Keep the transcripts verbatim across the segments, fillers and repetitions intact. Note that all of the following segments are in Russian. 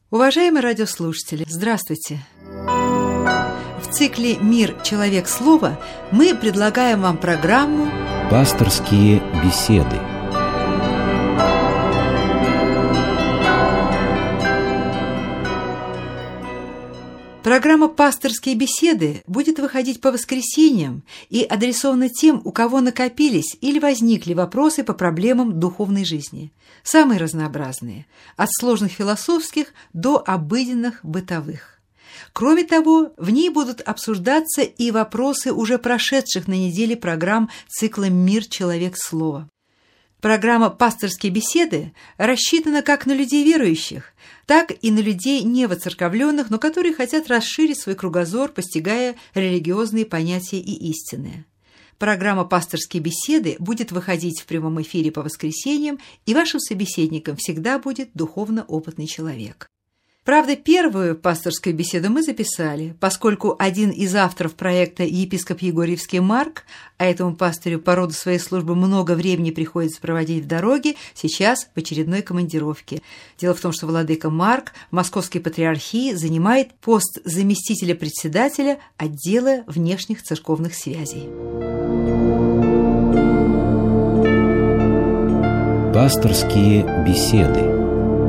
Уважаемые радиослушатели, здравствуйте! В цикле «Мир. Человек. Слово» мы предлагаем вам программу «Пасторские беседы». Программа «Пасторские беседы» будет выходить по воскресеньям и адресована тем, у кого накопились или возникли вопросы по проблемам духовной жизни. Самые разнообразные, от сложных философских до обыденных бытовых. Кроме того, в ней будут обсуждаться и вопросы уже прошедших на неделе программ цикла «Мир. Человек. Слово». Программа «Пасторские беседы» рассчитана как на людей верующих, так и на людей невоцерковленных, но которые хотят расширить свой кругозор, постигая религиозные понятия и истины. Программа «Пасторские беседы» будет выходить в прямом эфире по воскресеньям, и вашим собеседником всегда будет духовно опытный человек. Правда, первую пасторскую беседу мы записали, поскольку один из авторов проекта епископ Егорьевский Марк, а этому пастырю по роду своей службы много времени приходится проводить в дороге, сейчас в очередной командировке. Дело в том, что владыка Марк в Московской патриархии занимает пост заместителя председателя отдела внешних церковных связей. Пасторские беседы.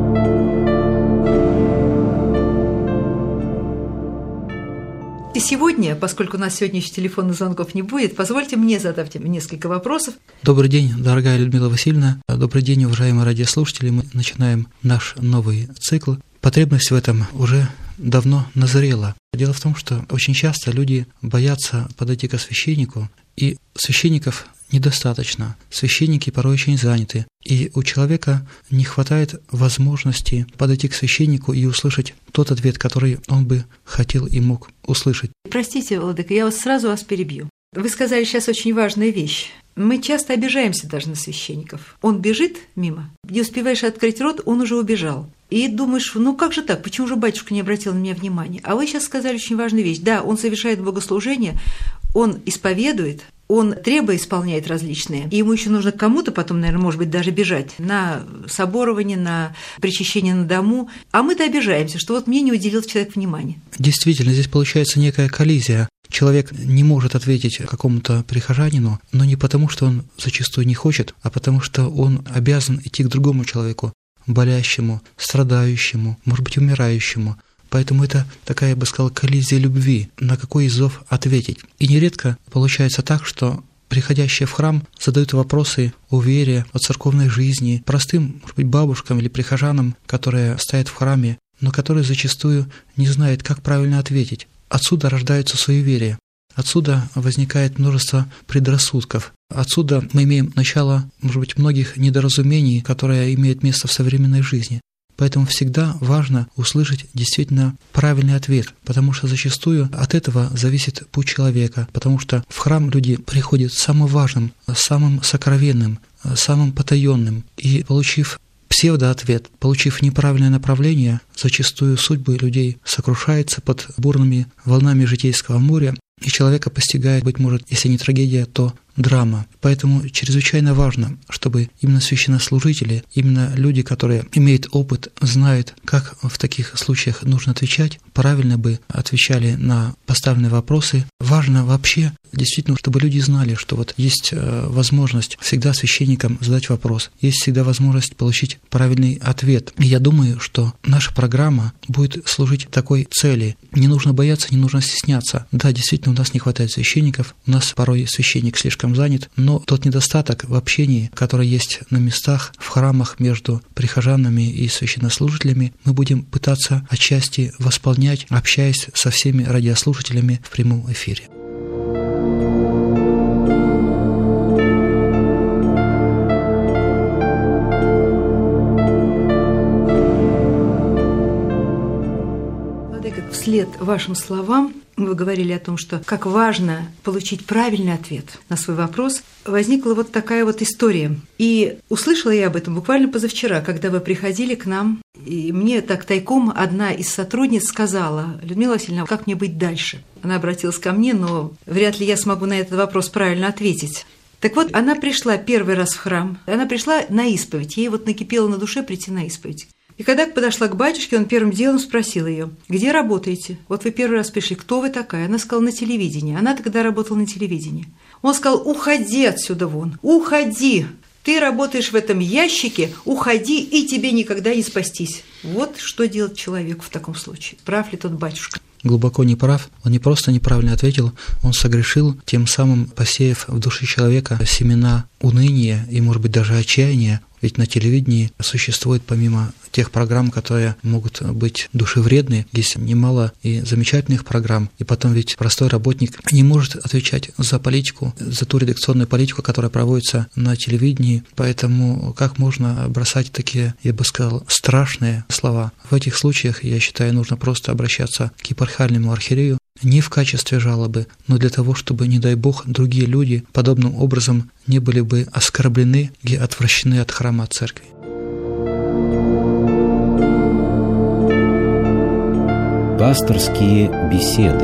И сегодня, поскольку у нас сегодня еще телефонных звонков не будет, позвольте мне задать вам несколько вопросов. Добрый день, дорогая Людмила Васильевна. Добрый день, уважаемые радиослушатели. Мы начинаем наш новый цикл. Потребность в этом уже давно назрела. Дело в том, что очень часто люди боятся подойти к священнику, и священников недостаточно. Священники порой очень заняты, и у человека не хватает возможности подойти к священнику и услышать тот ответ, который он бы хотел и мог услышать. Простите, владыка, я вас сразу вас перебью. Вы сказали сейчас очень важную вещь. Мы часто обижаемся даже на священников. Он бежит мимо, не успеваешь открыть рот, он уже убежал. И думаешь, ну как же так, почему же батюшка не обратил на меня внимания? А вы сейчас сказали очень важную вещь. Да, он совершает богослужение, он исповедует, он требы исполняет различные, и ему еще нужно к кому-то потом, наверное, может быть, даже бежать на соборование, на причащение на дому, а мы-то обижаемся, что вот мне не уделил человек внимания. Действительно, здесь получается некая коллизия. Человек не может ответить какому-то прихожанину, но не потому, что он зачастую не хочет, а потому что он обязан идти к другому человеку, болящему, страдающему, может быть, умирающему. Поэтому это такая, я бы сказал, коллизия любви, на какой из зов ответить. И нередко получается так, что приходящие в храм задают вопросы о вере, о церковной жизни простым, может быть, бабушкам или прихожанам, которые стоят в храме, но которые зачастую не знают, как правильно ответить. Отсюда рождаются суеверия, отсюда возникает множество предрассудков. Отсюда мы имеем начало, может быть, многих недоразумений, которые имеют место в современной жизни. Поэтому всегда важно услышать действительно правильный ответ, потому что зачастую от этого зависит путь человека, потому что в храм люди приходят с самым важным, самым сокровенным, самым потаенным, и получив псевдоответ, получив неправильное направление, зачастую судьбы людей сокрушаются под бурными волнами житейского моря, и человека постигает, быть может, если не трагедия, то драма. Поэтому чрезвычайно важно, чтобы именно священнослужители, именно люди, которые имеют опыт, знают, как в таких случаях нужно отвечать, правильно бы отвечали на поставленные вопросы. Важно вообще, действительно, чтобы люди знали, что вот есть возможность всегда священникам задать вопрос, есть всегда возможность получить правильный ответ. И я думаю, что наша программа будет служить такой цели. Не нужно бояться, не нужно стесняться. Да, действительно, у нас не хватает священников, у нас порой священник слишком занят, но тот недостаток в общении, который есть на местах, в храмах между прихожанами и священнослужителями, мы будем пытаться отчасти восполнять, общаясь со всеми радиослушателями в прямом эфире. Вслед вашим словам, вы говорили о том, что как важно получить правильный ответ на свой вопрос, возникла вот такая вот история. И услышала я об этом буквально позавчера, когда вы приходили к нам, и мне так тайком одна из сотрудниц сказала: Людмила Васильевна, как мне быть дальше? Она обратилась ко мне, но вряд ли я смогу на этот вопрос правильно ответить. Так вот, она пришла первый раз в храм, она пришла на исповедь, ей вот накипело на душе прийти на исповедь. И когда подошла к батюшке, он первым делом спросил ее: где работаете? Вот вы первый раз пришли, кто вы такая? Она сказала: на телевидении. Она тогда работала на телевидении. Он сказал: уходи отсюда вон, уходи. Ты работаешь в этом ящике, уходи, и тебе никогда не спастись. Вот что делать человеку в таком случае. Прав ли тот батюшка? Глубоко не прав. Он не просто неправильно ответил, он согрешил, тем самым посеяв в душе человека семена уныния и, может быть, даже отчаяния. Ведь на телевидении существует, помимо тех программ, которые могут быть душевредны, есть немало и замечательных программ. И потом ведь простой работник не может отвечать за политику, за ту редакционную политику, которая проводится на телевидении. Поэтому как можно бросать такие, я бы сказал, страшные слова? В этих случаях, я считаю, нужно просто обращаться к епархиальному архиерею, не в качестве жалобы, но для того, чтобы, не дай Бог, другие люди подобным образом не были бы оскорблены и отвращены от храма церкви. Пасторские беседы.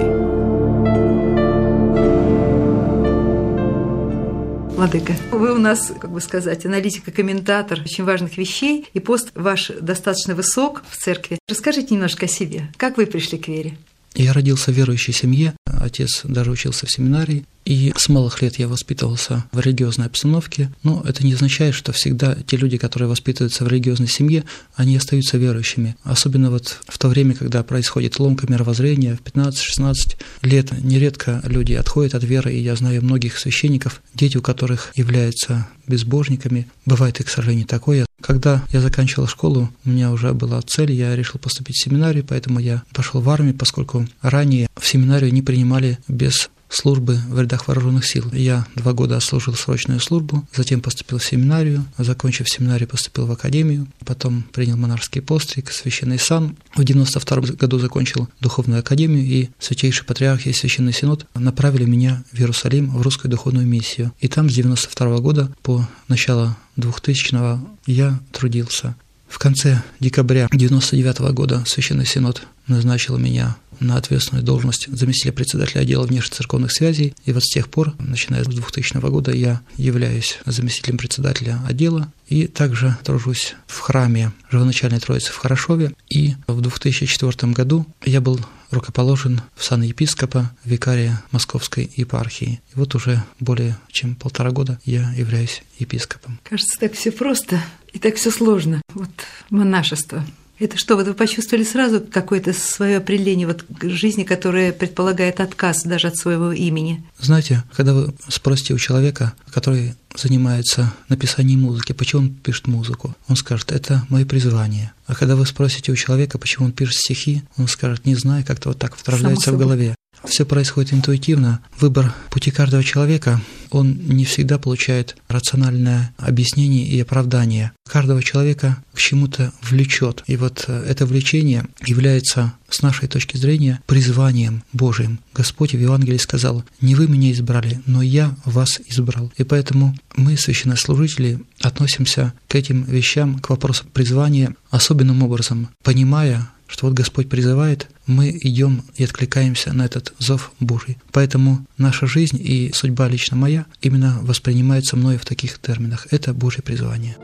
Владыка, вы у нас, как бы сказать, аналитик и комментатор очень важных вещей, и пост ваш достаточно высок в церкви. Расскажите немножко о себе. Как вы пришли к вере? Я родился в верующей семье, отец даже учился в семинарии, и с малых лет я воспитывался в религиозной обстановке, но это не означает, что всегда те люди, которые воспитываются в религиозной семье, они остаются верующими. Особенно вот в то время, когда происходит ломка мировоззрения, в пятнадцать-шестнадцать лет нередко люди отходят от веры, и я знаю многих священников, дети у которых являются безбожниками. Бывает и, к сожалению, такое. Когда я заканчивал школу, у меня уже была цель, я решил поступить в семинарию, поэтому я пошел в армию, поскольку ранее в семинарию не принимали без службы в рядах вооруженных сил. Я два года отслужил срочную службу, затем поступил в семинарию, закончив семинарию, поступил в академию, потом принял монашеский постриг, священный сан. В девяносто втором году закончил духовную академию, и Святейший Патриарх и Священный Синод направили меня в Иерусалим в русскую духовную миссию. И там с девяносто второго года по начало двухтысячного я трудился. В конце декабря девяносто девятого года Священный Синод назначил меня на ответственную должность заместителя председателя отдела внешнецерковных связей, и вот с тех пор, начиная с двухтысячного года, я являюсь заместителем председателя отдела и также тружусь в храме Живоначальной Троицы в Хорошове, и в две тысячи четвёртом году я был рукоположен в сан епископа, викария Московской епархии. И вот уже более чем полтора года я являюсь епископом. Кажется, так все просто и так все сложно. Вот монашество. Это что, вот вы почувствовали сразу какое-то свое определение вот к жизни, которое предполагает отказ даже от своего имени? Знаете, когда вы спросите у человека, который занимается написанием музыки, почему он пишет музыку, он скажет: это мое призвание. А когда вы спросите у человека, почему он пишет стихи, он скажет: не знаю, как-то вот так вторжается в голове. Все происходит интуитивно. Выбор пути каждого человека, он не всегда получает рациональное объяснение и оправдание. Каждого человека к чему-то влечет. И вот это влечение является, с нашей точки зрения, призванием Божиим. Господь в Евангелии сказал: «Не вы меня избрали, но я вас избрал». И поэтому мы, священнослужители, относимся к этим вещам, к вопросу призвания особенным образом, понимая, что вот Господь призывает, мы идем и откликаемся на этот зов Божий. Поэтому наша жизнь и судьба лично моя именно воспринимается мною в таких терминах. Это Божье призвание.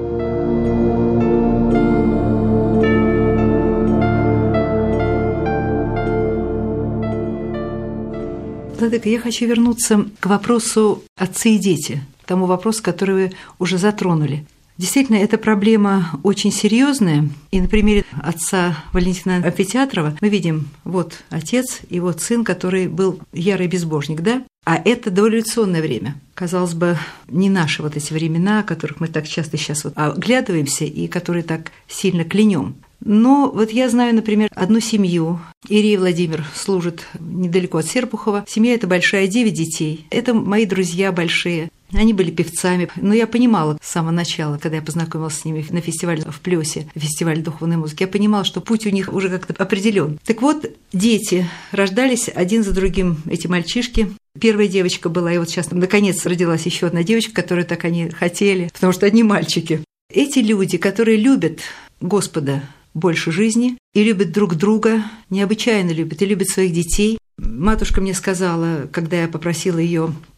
Владыка, я хочу вернуться к вопросу отцы и дети, тому вопросу, который вы уже затронули. Действительно, эта проблема очень серьезная. И на примере отца Валентина Амфитеатрова мы видим, вот отец и вот сын, который был ярый безбожник, да? А это дореволюционное время. Казалось бы, не наши вот эти времена, о которых мы так часто сейчас вот оглядываемся и которые так сильно клянем. Но вот я знаю, например, одну семью. Ирий Владимир служит недалеко от Серпухова. Семья эта большая, девять детей. Это мои друзья большие. Они были певцами, но я понимала с самого начала, когда я познакомилась с ними на фестивале в Плёсе, фестиваль духовной музыки, я понимала, что путь у них уже как-то определен. Так вот, дети рождались один за другим, эти мальчишки. Первая девочка была, и вот сейчас наконец родилась еще одна девочка, которую так они хотели, потому что одни мальчики. Эти люди, которые любят Господа больше жизни и любят друг друга, необычайно любят, и любят своих детей. Матушка мне сказала, когда я попросила ее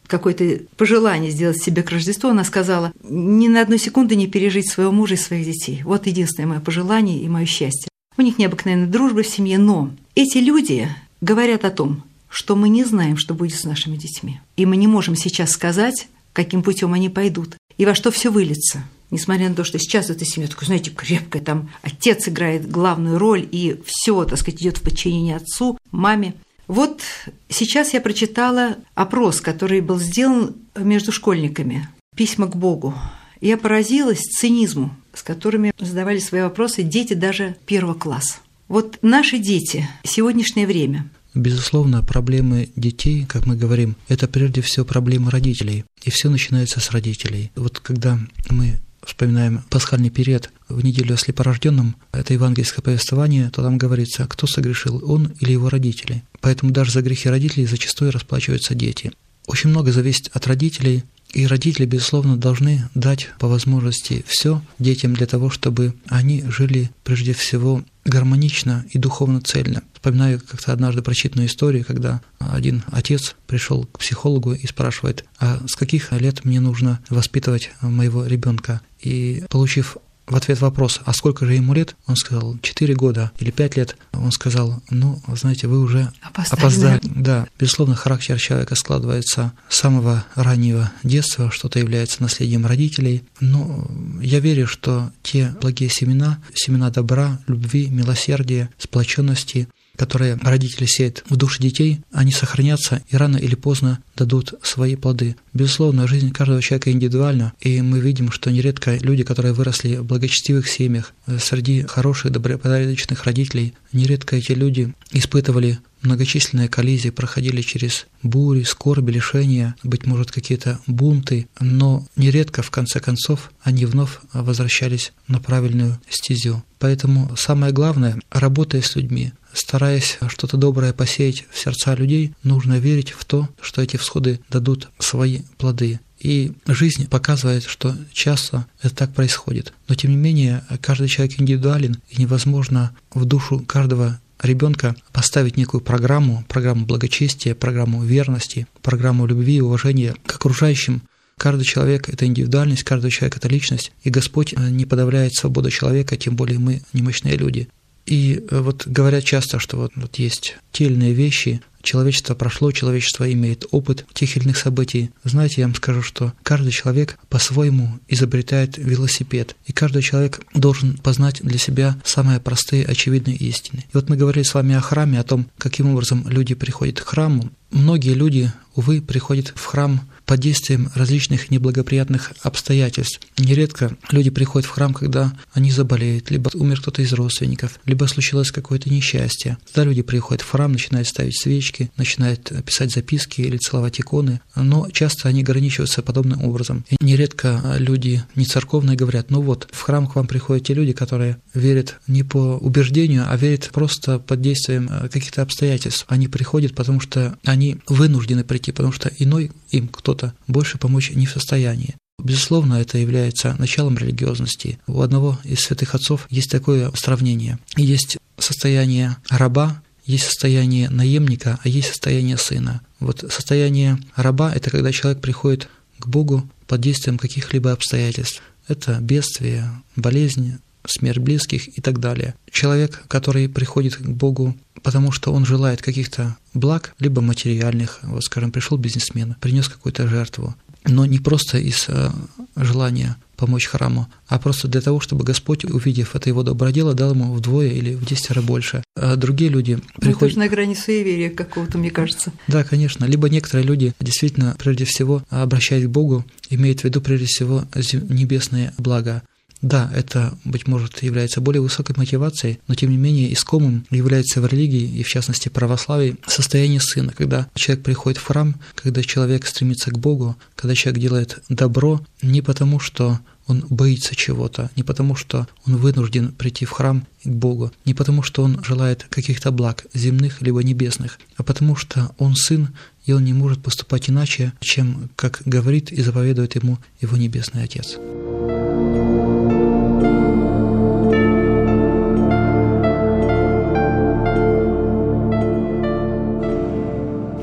какое-то пожелание сделать себе к Рождеству, она сказала: ни на одну секунду не пережить своего мужа и своих детей. Вот единственное мое пожелание и мое счастье. У них необыкновенная дружба в семье, но эти люди говорят о том, что мы не знаем, что будет с нашими детьми. И мы не можем сейчас сказать, каким путем они пойдут и во что все выльется. Несмотря на то, что сейчас эта семья такая, знаете, крепкая, там отец играет главную роль, и все, так сказать, идет в подчинении отцу, маме. Вот сейчас я прочитала опрос, который был сделан между школьниками, письма к Богу. Я поразилась цинизму, с которыми задавали свои вопросы дети даже первого класса. Вот наши дети, сегодняшнее время. Безусловно, проблемы детей, как мы говорим, это прежде всего проблемы родителей. И все начинается с родителей. Вот когда мы вспоминаем пасхальный период в неделю о слепорожденном, это евангельское повествование, то там говорится, кто согрешил, он или его родители. Поэтому даже за грехи родителей зачастую расплачиваются дети. Очень много зависит от родителей, и родители, безусловно, должны дать по возможности все детям для того, чтобы они жили прежде всего гармонично и духовно цельно. Вспоминаю как-то однажды прочитанную историю, когда один отец пришел к психологу и спрашивает: а с каких лет мне нужно воспитывать моего ребенка? И получив в ответ вопрос: а сколько же ему лет? Он сказал: четыре года или пять лет. Он сказал: ну, знаете, вы уже опоздали. опоздали. Да, безусловно, характер человека складывается с самого раннего детства, что-то является наследием родителей. Но я верю, что те благие семена, семена добра, любви, милосердия, сплоченности, которые родители сеют в души детей, они сохранятся и рано или поздно дадут свои плоды. Безусловно, жизнь каждого человека индивидуальна, и мы видим, что нередко люди, которые выросли в благочестивых семьях, среди хороших, добропорядочных родителей, нередко эти люди испытывали многочисленные коллизии, проходили через бури, скорби, лишения, быть может, какие-то бунты, но нередко, в конце концов, они вновь возвращались на правильную стезю. Поэтому самое главное, работая с людьми, стараясь что-то доброе посеять в сердца людей, нужно верить в то, что эти всходы дадут свои плоды. И жизнь показывает, что часто это так происходит. Но тем не менее, каждый человек индивидуален, и невозможно в душу каждого ребенка поставить некую программу, программу благочестия, программу верности, программу любви и уважения к окружающим. Каждый человек – это индивидуальность, каждый человек – это личность, и Господь не подавляет свободу человека, тем более мы немощные люди. И вот говорят часто, что вот, вот есть те или иные вещи, человечество прошло, человечество имеет опыт тех или иных событий. Знаете, я вам скажу, что каждый человек по-своему изобретает велосипед, и каждый человек должен познать для себя самые простые, очевидные истины. И вот мы говорили с вами о храме, о том, каким образом люди приходят к храму. Многие люди, увы, приходят в храм под действием различных неблагоприятных обстоятельств. Нередко люди приходят в храм, когда они заболеют, либо умер кто-то из родственников, либо случилось какое-то несчастье. Тогда люди приходят в храм, начинают ставить свечки, начинают писать записки или целовать иконы, но часто они ограничиваются подобным образом. И нередко люди не церковные говорят: ну вот, в храм к вам приходят те люди, которые верят не по убеждению, а верят просто под действием каких-то обстоятельств. Они приходят, потому что они вынуждены прийти, потому что иной им кто-то больше помочь не в состоянии. Безусловно, это является началом религиозности. У одного из святых отцов есть такое сравнение. Есть состояние раба, есть состояние наемника, а есть состояние сына. Вот состояние раба – это когда человек приходит к Богу под действием каких-либо обстоятельств. Это бедствие, болезнь, смерть близких и так далее. Человек, который приходит к Богу, потому что он желает каких-то благ, либо материальных, вот, скажем, пришел бизнесмен, принес какую-то жертву, но не просто из э, желания помочь храму, а просто для того, чтобы Господь, увидев это его доброе дело, дал ему вдвое или в десятеро больше. А другие люди приходят... Ну, это же на грани суеверия какого-то, мне кажется. Да, конечно. Либо некоторые люди действительно, прежде всего, обращаясь к Богу, имеют в виду, прежде всего, небесные блага. Да, это, быть может, является более высокой мотивацией, но тем не менее искомым является в религии, и в частности православии, состояние сына, когда человек приходит в храм, когда человек стремится к Богу, когда человек делает добро не потому, что он боится чего-то, не потому, что он вынужден прийти в храм к Богу, не потому, что он желает каких-то благ земных либо небесных, а потому что он сын, и он не может поступать иначе, чем, как говорит и заповедует ему его Небесный Отец.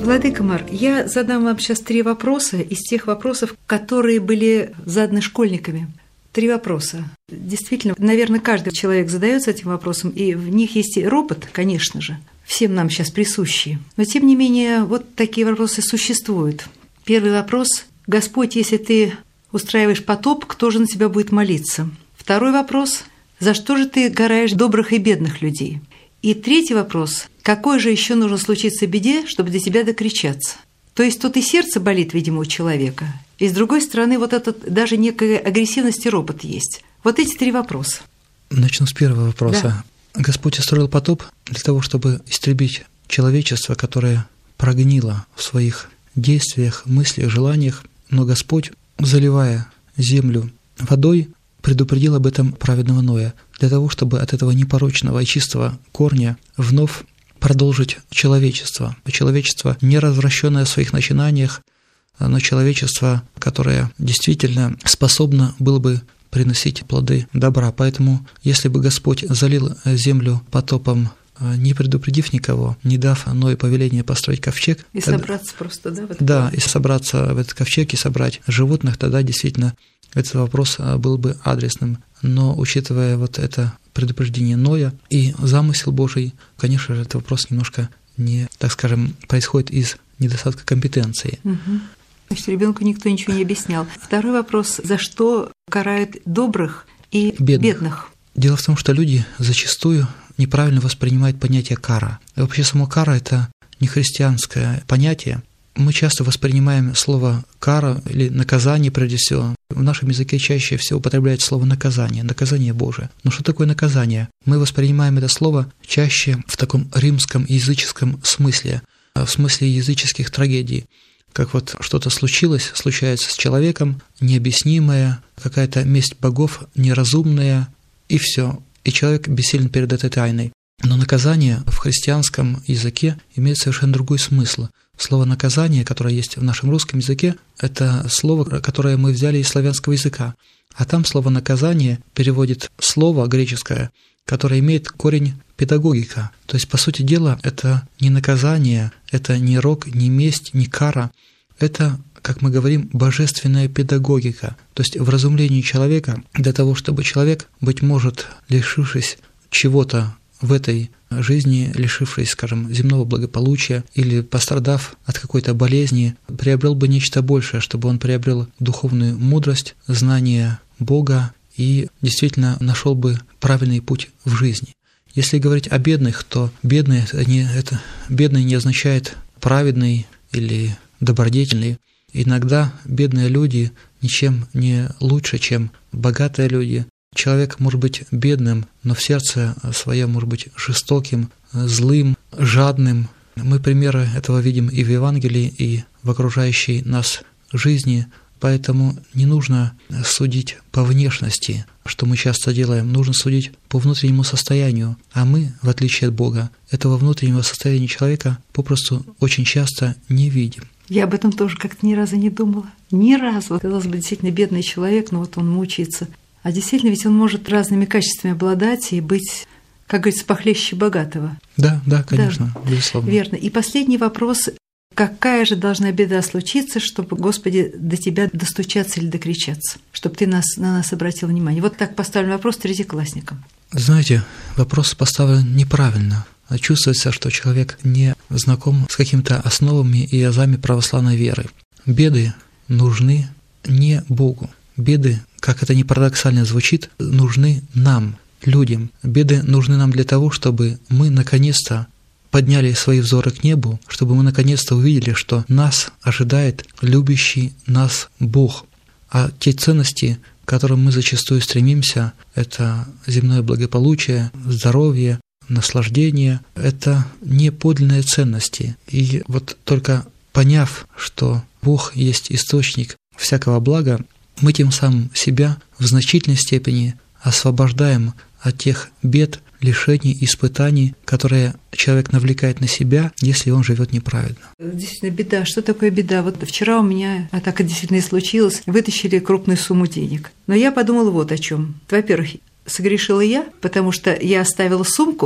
Владыка Марк, я задам вам сейчас три вопроса из тех вопросов, которые были заданы школьниками. Три вопроса. Действительно, наверное, каждый человек задается этим вопросом, и в них есть и ропот, конечно же, всем нам сейчас присущие. Но, тем не менее, вот такие вопросы существуют. Первый вопрос. Господь, если ты устраиваешь потоп, кто же на тебя будет молиться? Второй вопрос. За что же ты караешь добрых и бедных людей? И третий вопрос. Какой же еще нужно случиться беде, чтобы до тебя докричаться? То есть тут и сердце болит, видимо, у человека, и с другой стороны вот этот даже некая агрессивность и ропот есть. Вот эти три вопроса. Начну с первого вопроса. Да. Господь устроил потоп для того, чтобы истребить человечество, которое прогнило в своих действиях, мыслях, желаниях, но Господь, заливая землю водой, предупредил об этом праведного Ноя, для того, чтобы от этого непорочного и чистого корня вновь продолжить человечество. Человечество, не развращенное в своих начинаниях, но человечество, которое действительно способно было бы приносить плоды добра. Поэтому, если бы Господь залил землю потопом, не предупредив никого, не дав Ною повеление построить ковчег... И тогда, собраться просто, да? В этот да, план. и собраться в этот ковчег, и собрать животных, тогда действительно этот вопрос был бы адресным. Но, учитывая вот это предупреждение Ноя и замысел Божий, конечно же, этот вопрос немножко не, так скажем, происходит из недостатка компетенции. Угу. Значит, ребенку никто ничего не объяснял. Второй вопрос. За что карают добрых и бедных? бедных? Дело в том, что люди зачастую неправильно воспринимают понятие «кара». И вообще само «кара» — это не христианское понятие. Мы часто воспринимаем слово «кара» или «наказание» прежде всего. В нашем языке чаще всего употребляется слово «наказание», «наказание Божие». Но что такое наказание? Мы воспринимаем это слово чаще в таком римском языческом смысле, в смысле языческих трагедий. Как вот что-то случилось, случается с человеком, необъяснимое, какая-то месть богов, неразумная, и все. И человек бессилен перед этой тайной. Но наказание в христианском языке имеет совершенно другой смысл. Слово «наказание», которое есть в нашем русском языке, это слово, которое мы взяли из славянского языка. А там слово «наказание» переводит слово греческое, которое имеет корень «педагогика». То есть, по сути дела, это не наказание, это не рок, не месть, не кара. Это, как мы говорим, божественная педагогика. То есть, вразумление человека для того, чтобы человек, быть может, лишившись чего-то в этой жизни, лишившись, скажем, земного благополучия или пострадав от какой-то болезни, приобрел бы нечто большее, чтобы он приобрел духовную мудрость, знание Бога и действительно нашел бы правильный путь в жизни. Если говорить о бедных, то бедные, они, это, бедный не означает праведный или добродетельный. Иногда бедные люди ничем не лучше, чем богатые люди. Человек может быть бедным, но в сердце своем может быть жестоким, злым, жадным. Мы примеры этого видим и в Евангелии, и в окружающей нас жизни. Поэтому не нужно судить по внешности, что мы часто делаем. Нужно судить по внутреннему состоянию. А мы, в отличие от Бога, этого внутреннего состояния человека попросту очень часто не видим. Я об этом тоже как-то ни разу не думала. Ни разу. Вот, казалось бы, действительно бедный человек, но вот он мучается. А действительно, ведь он может разными качествами обладать и быть, как говорится, похлеще богатого. Да, да, конечно, да, безусловно. Верно. И последний вопрос. Какая же должна беда случиться, чтобы, Господи, до Тебя достучаться или докричаться, чтобы Ты нас, на нас обратил внимание? Вот так поставлен вопрос третьеклассникам. Знаете, вопрос поставлен неправильно. Чувствуется, что человек не знаком с какими-то основами и азами православной веры. Беды нужны не Богу. Беды, как это ни парадоксально звучит, нужны нам, людям. Беды нужны нам для того, чтобы мы наконец-то подняли свои взоры к небу, чтобы мы наконец-то увидели, что нас ожидает любящий нас Бог. А те ценности, к которым мы зачастую стремимся, это земное благополучие, здоровье, наслаждение, это не подлинные ценности. И вот только поняв, что Бог есть источник всякого блага, мы тем самым себя в значительной степени освобождаем от тех бед, лишений, испытаний, которые человек навлекает на себя, если он живет неправедно. Действительно, беда. Что такое беда? Вот вчера у меня, а так и действительно и случилось, вытащили крупную сумму денег. Но я подумала вот о чем. Во-первых, согрешила я, потому что я оставила сумку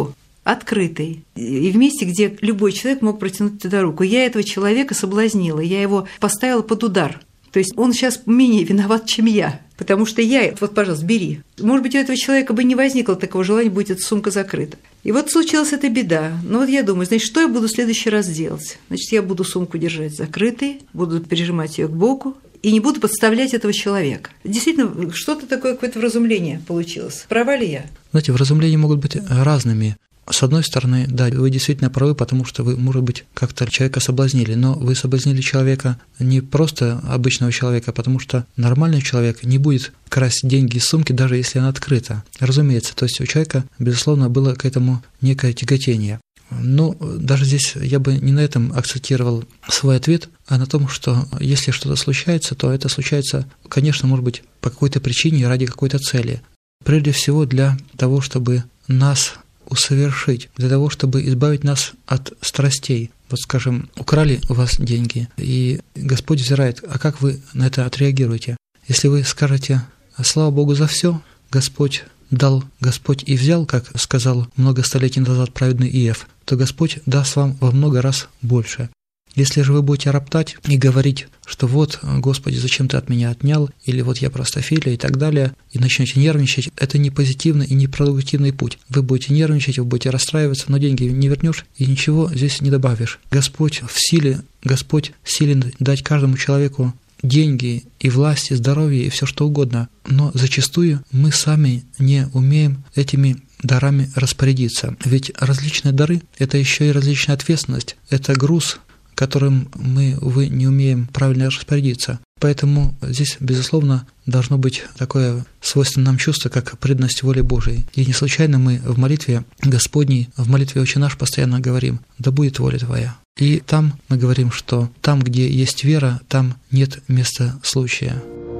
открытой, и в месте, где любой человек мог протянуть туда руку. Я этого человека соблазнила, я его поставила под удар. То есть он сейчас менее виноват, чем я, потому что я, вот, пожалуйста, бери. Может быть, у этого человека бы не возникло такого желания, будет эта сумка закрыта. И вот случилась эта беда. Ну вот я думаю, значит, что я буду в следующий раз делать? Значит, я буду сумку держать закрытой, буду прижимать ее к боку и не буду подставлять этого человека. Действительно, что-то такое, какое-то вразумление получилось. Права ли я? Знаете, вразумления могут быть разными. С одной стороны, да, вы действительно правы, потому что вы, может быть, как-то человека соблазнили, но вы соблазнили человека не просто обычного человека, потому что нормальный человек не будет красть деньги из сумки, даже если она открыта. Разумеется, то есть у человека, безусловно, было к этому некое тяготение. Но даже здесь я бы не на этом акцентировал свой ответ, а на том, что если что-то случается, то это случается, конечно, может быть, по какой-то причине, ради какой-то цели. Прежде всего для того, чтобы нас усовершить, для того, чтобы избавить нас от страстей. Вот, скажем, украли у вас деньги, и Господь взирает, а как вы на это отреагируете? Если вы скажете «Слава Богу за все, Господь дал, Господь и взял», как сказал много столетий назад праведный Иов, то Господь даст вам во много раз больше. Если же вы будете роптать и говорить, что вот, Господи, зачем ты от меня отнял, или вот я простофиля и так далее, и начнете нервничать, это не позитивный и не продуктивный путь. Вы будете нервничать, вы будете расстраиваться, но деньги не вернешь и ничего здесь не добавишь. Господь в силе, Господь силен дать каждому человеку деньги и власть, и здоровье, и все что угодно, но зачастую мы сами не умеем этими дарами распорядиться. Ведь различные дары – это еще и различная ответственность, это груз, которым мы, увы, не умеем правильно распорядиться. Поэтому здесь, безусловно, должно быть такое свойственное нам чувство, как преданность воле Божией. И не случайно мы в молитве Господней, в молитве «Отче наш» постоянно говорим «Да будет воля Твоя». И там мы говорим, что там, где есть вера, там нет места случая.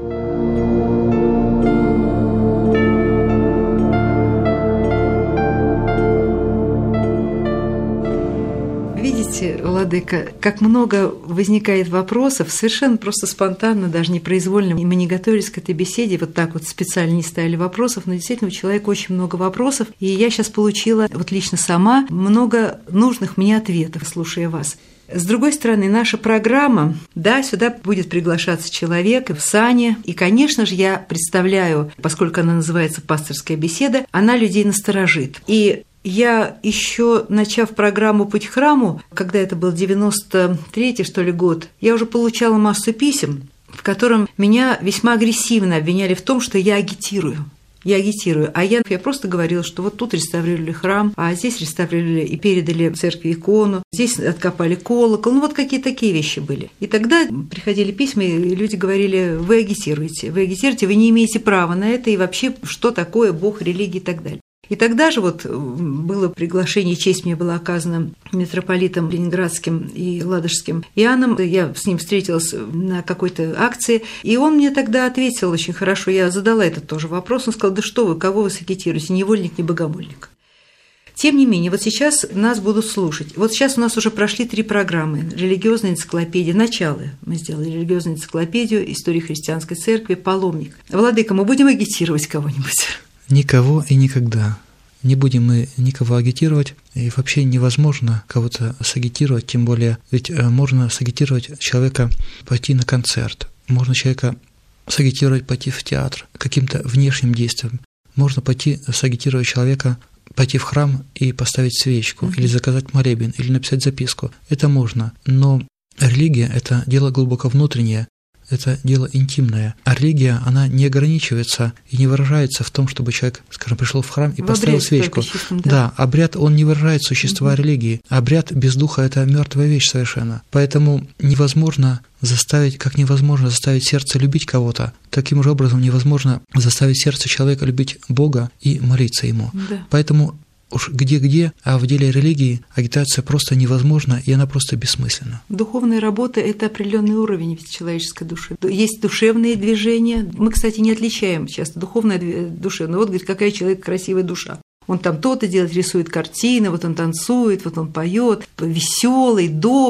Видите, Владыка, как много возникает вопросов, совершенно просто спонтанно, даже непроизвольно. И мы не готовились к этой беседе, вот так вот специально не ставили вопросов, но действительно у человека очень много вопросов. И я сейчас получила, вот лично сама, много нужных мне ответов, слушая вас. С другой стороны, наша программа, да, сюда будет приглашаться человек и в сане. И, конечно же, я представляю, поскольку она называется «Пасторская беседа», она людей насторожит. И я еще, начав программу «Путь к храму», когда это был девяносто третий, что ли, год, я уже получала массу писем, в котором меня весьма агрессивно обвиняли в том, что я агитирую. Я агитирую. А я, я просто говорила, что вот тут реставрировали храм, а здесь реставрировали и передали в церкви икону, здесь откопали колокол. Ну, вот какие такие вещи были. И тогда приходили письма, и люди говорили: вы агитируете, вы агитируете, вы не имеете права на это, и вообще, что такое Бог, религия и так далее. И тогда же вот было приглашение, честь мне была оказана митрополитом ленинградским и ладожским Иоанном. Я с ним встретилась на какой-то акции, и он мне тогда ответил очень хорошо. Я задала этот тоже вопрос. Он сказал: да что вы, кого вы агитируете, невольник, не богомольник. Тем не менее, вот сейчас нас будут слушать. Вот сейчас у нас уже прошли три программы. Религиозная энциклопедия, начало мы сделали, религиозную энциклопедию, история христианской церкви, паломник. Владыка, мы будем агитировать кого-нибудь? Никого и никогда. Не будем мы никого агитировать, и вообще невозможно кого-то сагитировать, тем более, ведь можно сагитировать человека пойти на концерт, можно человека сагитировать пойти в театр каким-то внешним действием, можно пойти сагитировать человека пойти в храм и поставить свечку, mm-hmm. или заказать молебен, или написать записку. Это можно, но религия – это дело глубоко внутреннее, это дело интимное. А религия, она не ограничивается и не выражается в том, чтобы человек, скажем, пришел в храм и в поставил свечку. Чистым, да. да, обряд, он не выражает существа mm-hmm. религии. Обряд без духа – это мертвая вещь совершенно. Поэтому невозможно заставить, как невозможно заставить сердце любить кого-то, таким же образом невозможно заставить сердце человека любить Бога и молиться Ему. Да. Поэтому уж где-где, а в деле религии агитация просто невозможна, и она просто бессмысленна. Духовная работа – это определенный уровень ведь человеческой души. Есть душевные движения. Мы, кстати, не отличаем часто духовное от душевное. Вот, говорит, какая человек красивая душа. Он там то-то делает, рисует картины, вот он танцует, вот он поет, веселый, добрый.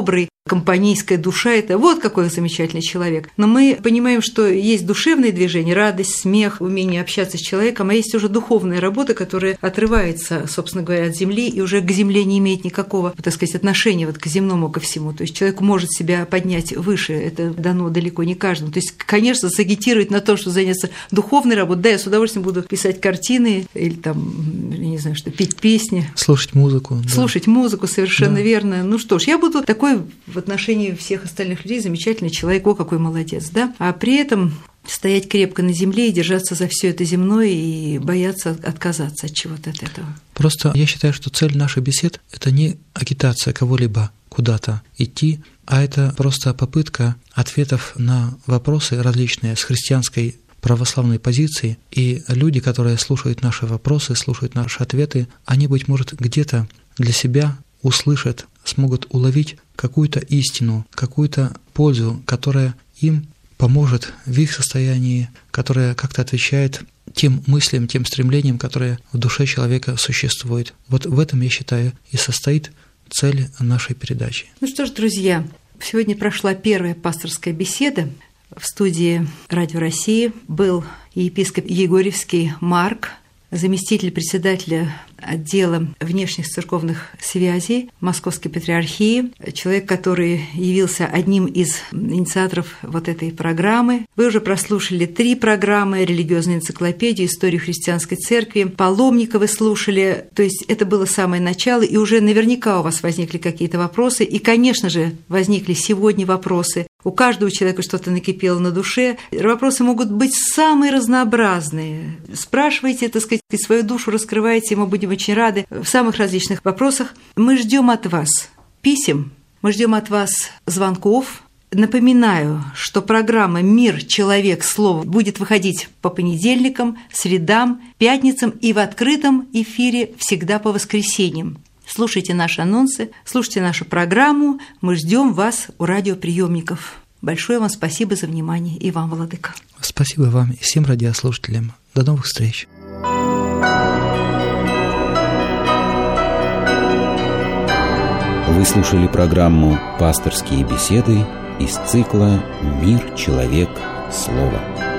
компанейская душа – это вот какой замечательный человек. Но мы понимаем, что есть душевные движения, радость, смех, умение общаться с человеком, а есть уже духовная работа, которая отрывается, собственно говоря, от земли и уже к земле не имеет никакого, так сказать, отношения вот к земному, ко всему. То есть человек может себя поднять выше, это дано далеко не каждому. То есть, конечно, сагитировать на то, что заняться духовной работой, да, я с удовольствием буду писать картины или там, я не знаю, что, петь песни. Слушать музыку. Слушать да. музыку, совершенно да. верно. Ну что ж, я буду такой в отношении всех остальных людей замечательный человек, о, какой молодец, да? А при этом стоять крепко на земле и держаться за все это земное и бояться отказаться от чего-то от этого. Просто я считаю, что цель наших бесед – это не агитация кого-либо куда-то идти, а это просто попытка ответов на вопросы различные с христианской православной позиции, и люди, которые слушают наши вопросы, слушают наши ответы, они, быть может, где-то для себя услышат, смогут уловить какую-то истину, какую-то пользу, которая им поможет в их состоянии, которая как-то отвечает тем мыслям, тем стремлениям, которые в душе человека существуют. Вот в этом, я считаю, и состоит цель нашей передачи. Ну что ж, друзья, сегодня прошла первая пасторская беседа. В студии Радио России был епископ Егорьевский Марк, заместитель председателя отдела внешних церковных связей Московской Патриархии, человек, который явился одним из инициаторов вот этой программы. Вы уже прослушали три программы: религиозную энциклопедию, историю христианской церкви, паломника вы слушали. То есть это было самое начало, и уже наверняка у вас возникли какие-то вопросы. И, конечно же, возникли сегодня вопросы. У каждого человека что-то накипело на душе. Вопросы могут быть самые разнообразные. Спрашивайте, так сказать, свою душу раскрывайте, мы будем очень рады в самых различных вопросах. Мы ждем от вас писем, мы ждем от вас звонков. Напоминаю, что программа «Мир, человек, слово» будет выходить по понедельникам, средам, пятницам и в открытом эфире всегда по воскресеньям. Слушайте наши анонсы, слушайте нашу программу. Мы ждем вас у радиоприемников. Большое вам спасибо за внимание. И вам, владыка. Спасибо вам и всем радиослушателям. До новых встреч. Вы слушали программу «Пасторские беседы» из цикла «Мир, человек, слово».